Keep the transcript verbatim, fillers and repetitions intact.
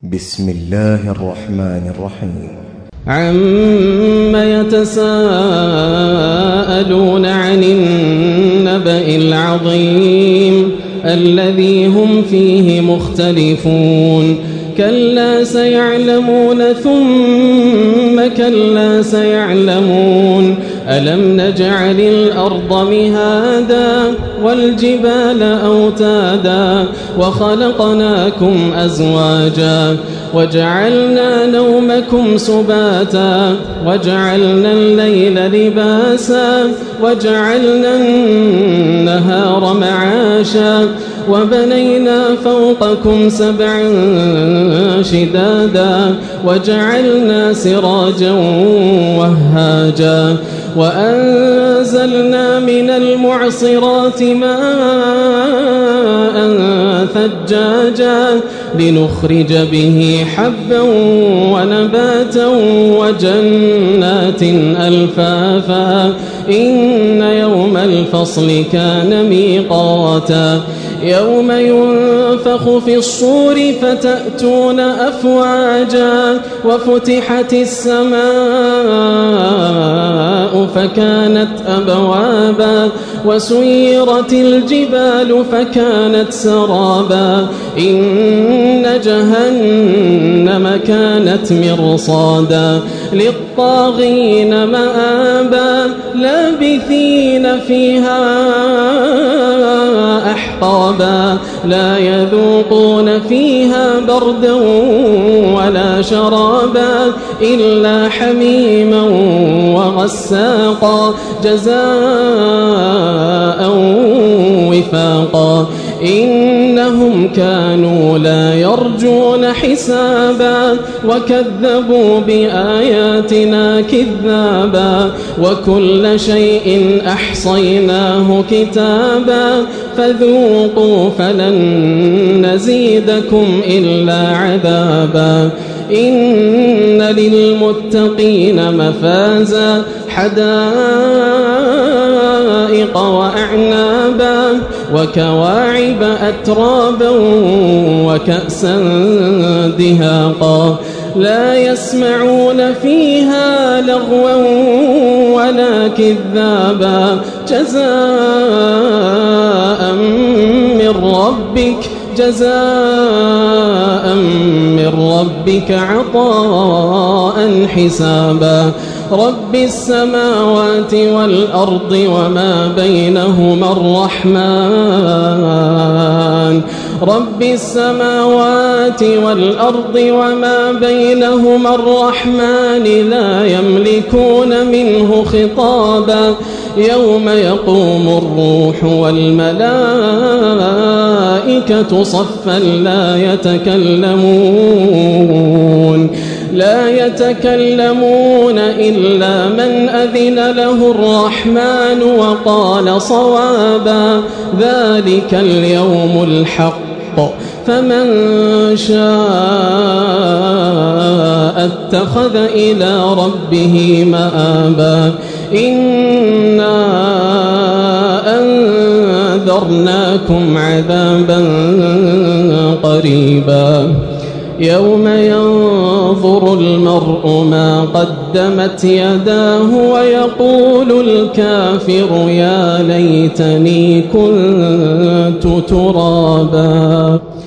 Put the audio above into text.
بسم الله الرحمن الرحيم. عم يتساءلون عن النبأ العظيم الذي هم فيه مختلفون كلا سيعلمون ثم كلا سيعلمون ألم نجعل الأرض مهادا والجبال أوتادا وخلقناكم أزواجا وجعلنا نومكم سباتا وجعلنا الليل لباسا وجعلنا النهار معاشا وبنينا فوقكم سبعا شدادا وجعلنا سراجا وهاجا وأنزلنا من المعصرات ماء ثجاجا لنخرج به حبا ونباتا وجنات ألفافا إن يوم الفصل كان ميقاتا يوم ينفخ في الصور فتأتون أفواجا وفتحت السماء فكانت أبوابا وسيرت الجبال فكانت سرابا إن جهنم كانت مرصادا للطاغين مآبا لابثين فيها أحقابا لا يذوقون فيها بردا ولا شرابا إلا حميما وغساقا جزاء وفاقا إنهم كانوا لا يرجون حسابا وكذبوا بآياتنا كذابا وكل شيء أحصيناه كتابا فذوقوا فلن نزيدكم إلا عذابا إن للمتقين مفازا حدائق وأعنابا وكواعب أترابا وكأسا دهاقا لا يسمعون فيها لغوا ولا كذابا جزاء من ربك جزاء من ربك عطاء حسابا رب السماوات والأرض وما بينهما الرحمن رب السماوات والأرض وما بينهما الرحمن لا يملكون منه خطابا يوم يقوم الروح والملائكة صفا لا يتكلمون لا يتكلمون إلا من أذن له الرحمن وقال صوابا ذلك اليوم الحق فمن شاء اتخذ إلى ربه مآبا إنا أنذرناكم عذابا قريبا يوم ينظر المرء ما قدمت يداه ويقول الكافر يا ليتني كنت ترابا.